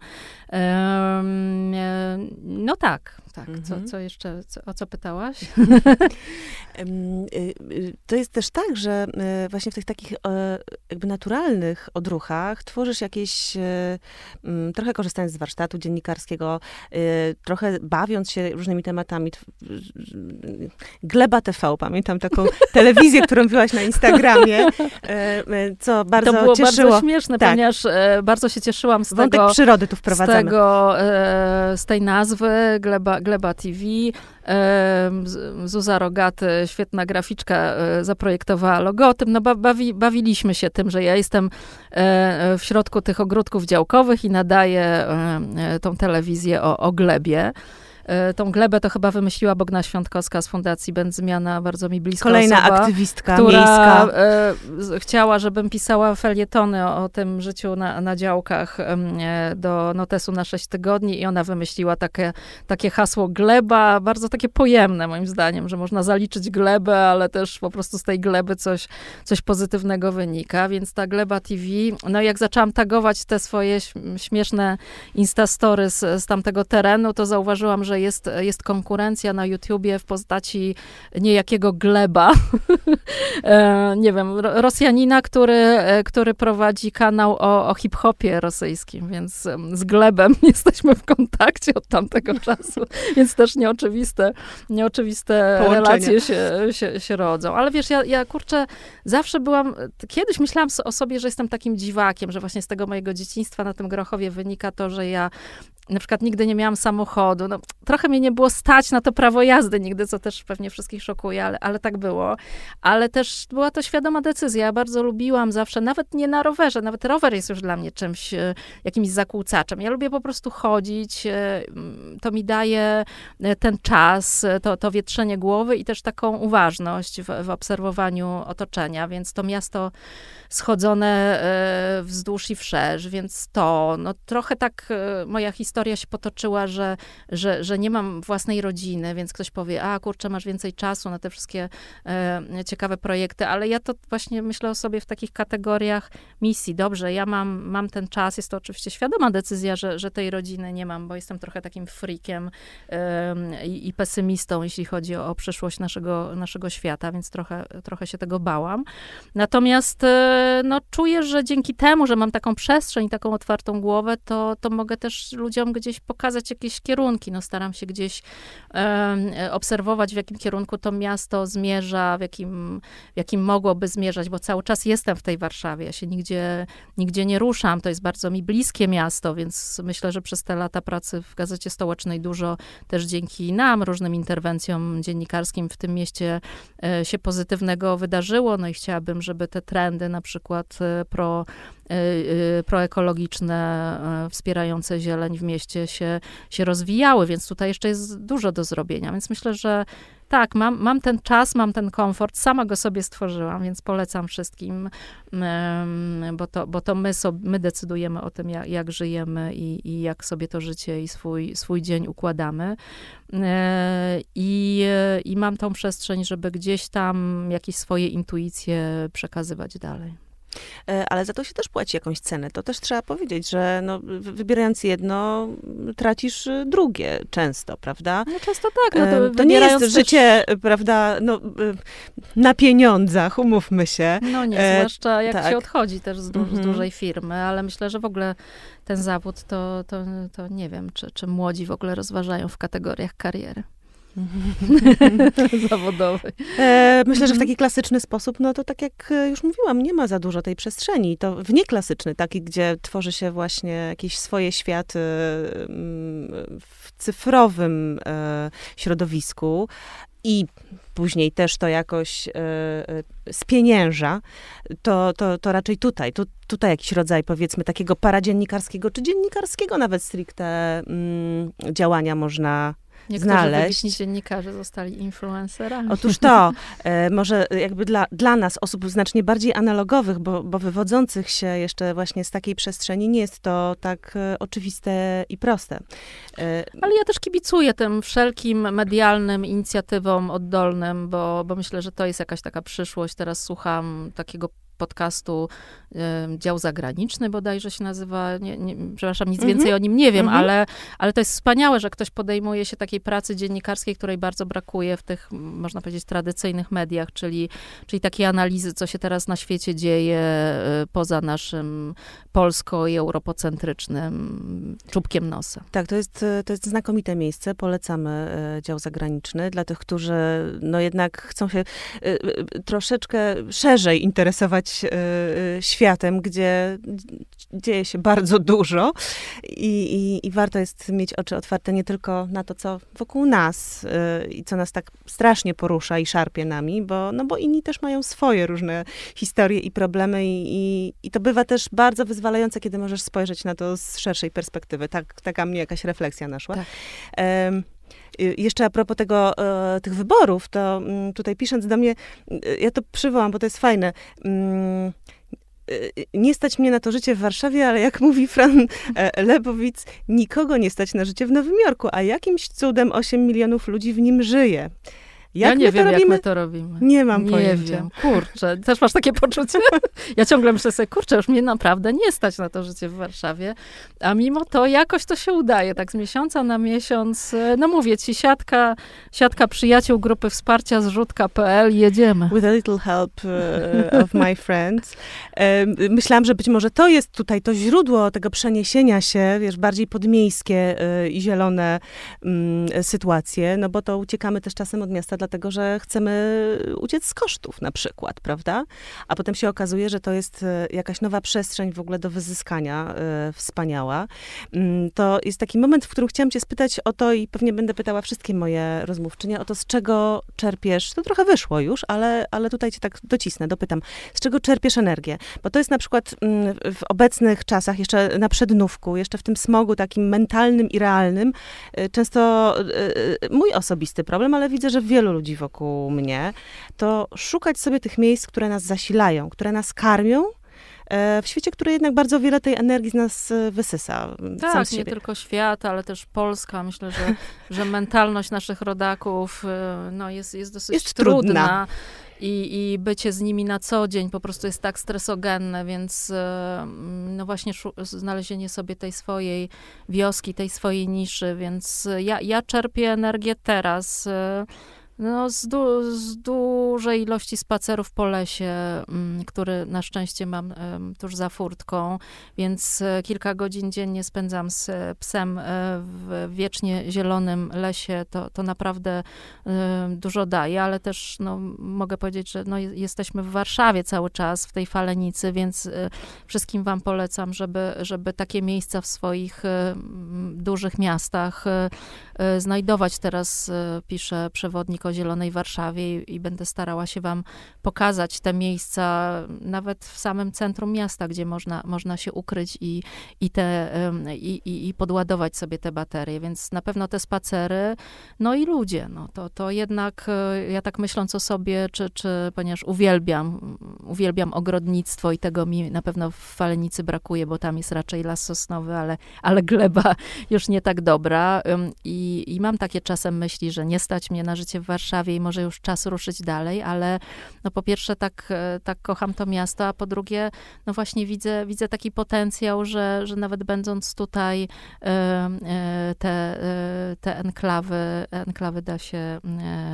No tak, tak. Mhm. Co, co jeszcze, co, o co pytałaś? To jest też tak, że właśnie w tych takich jakby naturalnych odruchach tworzysz jakieś, trochę korzystając z warsztatu dziennikarskiego, trochę bawiąc się różnymi tematami. Gleba T V, pamiętam taką telewizję, którą byłaś na Instagramie, co bardzo to było cieszyło. bardzo śmieszne, tak. Ponieważ bardzo się cieszyłam z Wątek tego, przyrody tu wprowadzamy. Z, tego, z tej nazwy Gleba, Gleba T V. Zuza Rogaty, świetna graficzka, zaprojektowała logotyp. No bawi, bawiliśmy się tym, że ja jestem w środku tych ogródków działkowych i nadaję tą telewizję o, o glebie. Tą glebę to chyba wymyśliła Bogna Świątkowska z Fundacji Będzmiana, bardzo mi bliska Kolejna osoba, aktywistka która miejska. E, chciała, żebym pisała felietony o, o tym życiu na, na działkach e, do notesu na sześć tygodni i ona wymyśliła takie, takie hasło gleba, bardzo takie pojemne moim zdaniem, że można zaliczyć glebę, ale też po prostu z tej gleby coś, coś pozytywnego wynika, więc ta Gleba T V, no jak zaczęłam tagować te swoje śmieszne instastory z, z tamtego terenu, to zauważyłam, że jest, jest konkurencja na YouTubie w postaci niejakiego Gleba. e, nie wiem, Rosjanina, który, który prowadzi kanał o, o hip-hopie rosyjskim, więc z Glebem jesteśmy w kontakcie od tamtego czasu, więc też nieoczywiste, nieoczywiste relacje się, się, się rodzą. Ale wiesz, ja, ja kurczę, zawsze byłam, kiedyś myślałam o sobie, że jestem takim dziwakiem, że właśnie z tego mojego dzieciństwa na tym Grochowie wynika to, że ja na przykład nigdy nie miałam samochodu. No, trochę mnie nie było stać na to prawo jazdy nigdy, co też pewnie wszystkich szokuje, ale, ale tak było. Ale też była to świadoma decyzja. Ja bardzo lubiłam zawsze, nawet nie na rowerze, nawet rower jest już dla mnie czymś, jakimś zakłócaczem. Ja lubię po prostu chodzić, to mi daje ten czas, to, to wietrzenie głowy i też taką uważność w, w obserwowaniu otoczenia, więc to miasto schodzone wzdłuż i wszerz, więc to, no trochę tak moja historia się potoczyła, że, że, że nie mam własnej rodziny, więc ktoś powie, a kurczę, masz więcej czasu na te wszystkie e, ciekawe projekty, ale ja to właśnie myślę o sobie w takich kategoriach misji. Dobrze, ja mam, mam ten czas, jest to oczywiście świadoma decyzja, że, że tej rodziny nie mam, bo jestem trochę takim freakiem e, i, i pesymistą, jeśli chodzi o, o przyszłość naszego, naszego świata, więc trochę, trochę się tego bałam. Natomiast e, no, czuję, że dzięki temu, że mam taką przestrzeń, taką otwartą głowę, to, to mogę też ludziom gdzieś pokazać jakieś kierunki. No, staram się gdzieś e, obserwować, w jakim kierunku to miasto zmierza, w jakim, w jakim mogłoby zmierzać, bo cały czas jestem w tej Warszawie. Ja się nigdzie, nigdzie nie ruszam. To jest bardzo mi bliskie miasto, więc myślę, że przez te lata pracy w Gazecie Stołecznej dużo też dzięki nam, różnym interwencjom dziennikarskim w tym mieście e, się pozytywnego wydarzyło. No i chciałabym, żeby te trendy na przykład pro, proekologiczne, wspierające zieleń w mieście się, się rozwijały, więc tutaj jeszcze jest dużo do zrobienia. Więc myślę, że tak, mam, mam ten czas, mam ten komfort, sama go sobie stworzyłam, więc polecam wszystkim, bo to, bo to my, sobie, my decydujemy o tym, jak, jak żyjemy i, i jak sobie to życie i swój, swój dzień układamy. I, I mam tą przestrzeń, żeby gdzieś tam jakieś swoje intuicje przekazywać dalej. Ale za to się też płaci jakąś cenę. To też trzeba powiedzieć, że no, wybierając jedno, tracisz drugie często, prawda? No często tak. No to to nie jest też... życie, prawda, no, na pieniądzach, umówmy się. No nie, zwłaszcza jak tak. się odchodzi też z, du- mhm. z dużej firmy, ale myślę, że w ogóle ten zawód to, to, to nie wiem, czy, czy młodzi w ogóle rozważają w kategoriach kariery. zawodowej. E, myślę, że w taki klasyczny sposób, no to tak jak już mówiłam, nie ma za dużo tej przestrzeni. To w nieklasyczny, taki, gdzie tworzy się właśnie jakieś swoje światy w cyfrowym e, środowisku i później też to jakoś e, spienięża, to, to, to raczej tutaj, tu, tutaj jakiś rodzaj, powiedzmy, takiego paradziennikarskiego, czy dziennikarskiego nawet stricte mm, działania można Niektórzy znaleźć. wybitni dziennikarze zostali influencerami. Otóż to, e, może jakby dla, dla nas, osób znacznie bardziej analogowych, bo, bo wywodzących się jeszcze właśnie z takiej przestrzeni, nie jest to tak e, oczywiste i proste. E, Ale ja też kibicuję tym wszelkim medialnym inicjatywom oddolnym, bo, bo myślę, że to jest jakaś taka przyszłość. Teraz słucham takiego podcastu Dział Zagraniczny bodajże się nazywa, nie, nie, przepraszam, nic Mhm. więcej o nim nie wiem, Mhm. ale, ale to jest wspaniałe, że ktoś podejmuje się takiej pracy dziennikarskiej, której bardzo brakuje w tych, można powiedzieć, tradycyjnych mediach, czyli, czyli takiej analizy, co się teraz na świecie dzieje y, poza naszym polsko- i europocentrycznym czubkiem nosa. Tak, to jest, to jest znakomite miejsce. Polecamy e, dział zagraniczny dla tych, którzy no jednak chcą się e, e, troszeczkę szerzej interesować e, e, światem, gdzie dzieje się bardzo dużo i, i, i warto jest mieć oczy otwarte nie tylko na to, co wokół nas e, i co nas tak strasznie porusza i szarpie nami, bo, no bo inni też mają swoje różne historie i problemy i, i, i to bywa też bardzo wyzwalające, kiedy możesz spojrzeć na to z szerszej perspektywy. Tak, taka mnie jakaś refleksja naszła. Tak. Um, Jeszcze a propos tego, e, tych wyborów, to m, tutaj pisząc do mnie, e, ja to przywołam, bo to jest fajne. Mm, e, nie stać mnie na to życie w Warszawie, ale jak mówi Fran e, Lebowitz, nikogo nie stać na życie w Nowym Jorku, a jakimś cudem osiem milionów ludzi w nim żyje. Jak ja nie my wiem, to jak robimy? my to robimy. Nie mam Nie pojęcia. wiem, kurczę. Też masz takie poczucie? Ja ciągle myślę sobie, kurczę, już mnie naprawdę nie stać na to życie w Warszawie, a mimo to jakoś to się udaje, tak z miesiąca na miesiąc. No mówię ci, siatka, siatka przyjaciół grupy wsparcia zrzutka kropka p l, jedziemy. With a little help uh, of my friends. Um, myślałam, że być może to jest tutaj to źródło tego przeniesienia się, wiesz, bardziej podmiejskie y, i zielone um, sytuacje, no bo to uciekamy też czasem od miasta, dlatego że chcemy uciec z kosztów na przykład, prawda? A potem się okazuje, że to jest y, jakaś nowa przestrzeń w ogóle do wyzyskania, y, wspaniała. Um, to jest taki moment, w którym chciałam cię spytać o to i pewnie będę pytała wszystkie moje rozmówczynie o to, z czego czerpiesz, to trochę wyszło już, ale, ale tutaj cię tak docisnę, dopytam, z czego czerpiesz energię? Bo to jest na przykład mm, w obecnych czasach, jeszcze na przednówku, jeszcze w tym smogu takim mentalnym i realnym, y, często y, y, mój osobisty problem, ale widzę, że wielu ludzi wokół mnie, to szukać sobie tych miejsc, które nas zasilają, które nas karmią, w świecie, który jednak bardzo wiele tej energii z nas wysysa. Tak, sam z nie siebie. tylko świat, ale też Polska. Myślę, że, że mentalność naszych rodaków no, jest, jest dosyć Jest trudna. trudna. I, I bycie z nimi na co dzień po prostu jest tak stresogenne, więc no właśnie szu- znalezienie sobie tej swojej wioski, tej swojej niszy, więc ja, ja czerpię energię teraz. No, z, du- z dużej ilości spacerów po lesie, m, który na szczęście mam em, tuż za furtką, więc e, kilka godzin dziennie spędzam z e, psem e, w wiecznie zielonym lesie. To, to naprawdę e, dużo daje, ale też no, mogę powiedzieć, że no, je- jesteśmy w Warszawie cały czas, w tej Falenicy, więc e, wszystkim wam polecam, żeby, żeby takie miejsca w swoich e, m, dużych miastach e, e, znajdować. Teraz e, piszę przewodnik o Zielonej Warszawie i, i będę starała się wam pokazać te miejsca, nawet w samym centrum miasta, gdzie można, można się ukryć i, i, te, ym, i, i, i podładować sobie te baterie, więc na pewno te spacery, no i ludzie, no to, to jednak, y, ja tak myśląc o sobie, czy, czy ponieważ uwielbiam, uwielbiam ogrodnictwo i tego mi na pewno w Falenicy brakuje, bo tam jest raczej las sosnowy, ale, ale gleba już nie tak dobra ym, i, i mam takie czasem myśli, że nie stać mnie na życie w Warszawie i może już czas ruszyć dalej, ale no po pierwsze tak, tak kocham to miasto, a po drugie no właśnie widzę, widzę taki potencjał, że, że nawet będąc tutaj e, e, te, e, te enklawy, enklawy da się, e,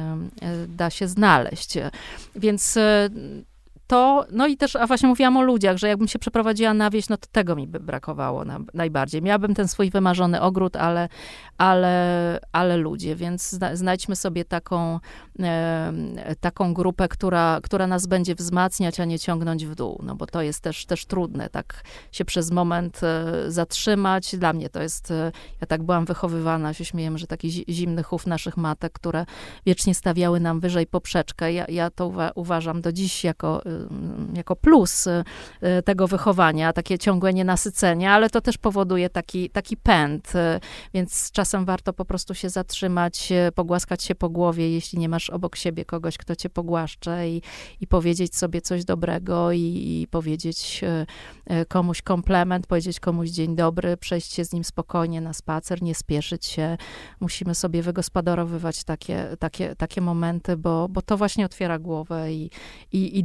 da się znaleźć. Więc e, to, no i też, a właśnie mówiłam o ludziach, że jakbym się przeprowadziła na wieś, no to tego mi by brakowało na, najbardziej. Miałabym ten swój wymarzony ogród, ale, ale, ale ludzie, więc zna, znajdźmy sobie taką, e, taką grupę, która, która nas będzie wzmacniać, a nie ciągnąć w dół, no bo to jest też, też trudne, tak się przez moment e, zatrzymać. Dla mnie to jest, e, ja tak byłam wychowywana, się śmiejem, że taki zimny chów naszych matek, które wiecznie stawiały nam wyżej poprzeczkę. Ja, ja to uwa- uważam do dziś jako jako plus tego wychowania, takie ciągłe nienasycenie, ale to też powoduje taki, taki pęd, więc czasem warto po prostu się zatrzymać, pogłaskać się po głowie, jeśli nie masz obok siebie kogoś, kto cię pogłaszcze i, i powiedzieć sobie coś dobrego i, i powiedzieć komuś komplement, powiedzieć komuś dzień dobry, przejść się z nim spokojnie na spacer, nie spieszyć się. Musimy sobie wygospodarowywać takie, takie, takie momenty, bo, bo to właśnie otwiera głowę i, i, i daje te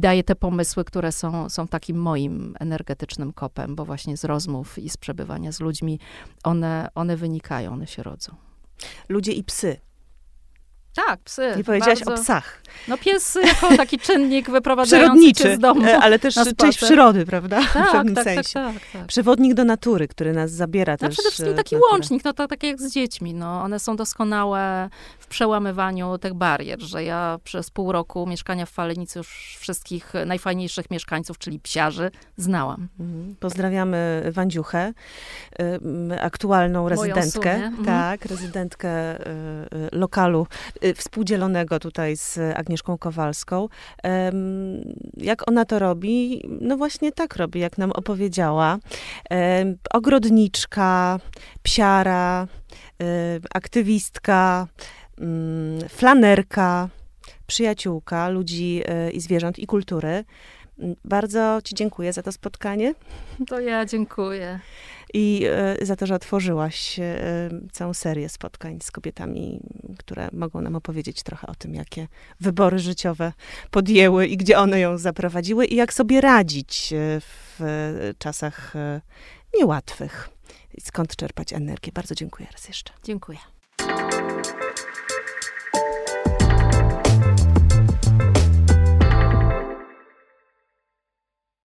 pomysły, które są, są takim moim energetycznym kopem, bo właśnie z rozmów i z przebywania z ludźmi one, one wynikają, one się rodzą. Ludzie i psy. Tak, psy. Nie powiedziałaś bardzo... o psach. No pies jako taki czynnik wyprowadzający cię z domu. Ale też część przyrody, prawda? Tak, w pewnym tak, sensie. tak, tak, tak. Przewodnik do natury, który nas zabiera No też. przede wszystkim taki naturę. łącznik, no to tak jak z dziećmi. No, one są doskonałe w przełamywaniu tych barier, że ja przez pół roku mieszkania w Falenicy już wszystkich najfajniejszych mieszkańców, czyli psiarzy, znałam. Mhm. Pozdrawiamy Wandziuchę, y, aktualną rezydentkę. Mhm. Tak, rezydentkę y, y, lokalu y, współdzielonego tutaj z Agnieszką Kowalską. Ym, jak ona to robi? No właśnie tak robi, jak nam opowiedziała. Ym, ogrodniczka, psiara, y, aktywistka, y, flanerka, przyjaciółka ludzi y, i zwierząt i kultury. Bardzo ci dziękuję za to spotkanie. To ja dziękuję. I y, za to, że otworzyłaś y, całą serię spotkań z kobietami, które mogą nam opowiedzieć trochę o tym, jakie wybory życiowe podjęły i gdzie one ją zaprowadziły i jak sobie radzić y, w y, czasach y, niełatwych. I skąd czerpać energię. Bardzo dziękuję raz jeszcze. Dziękuję.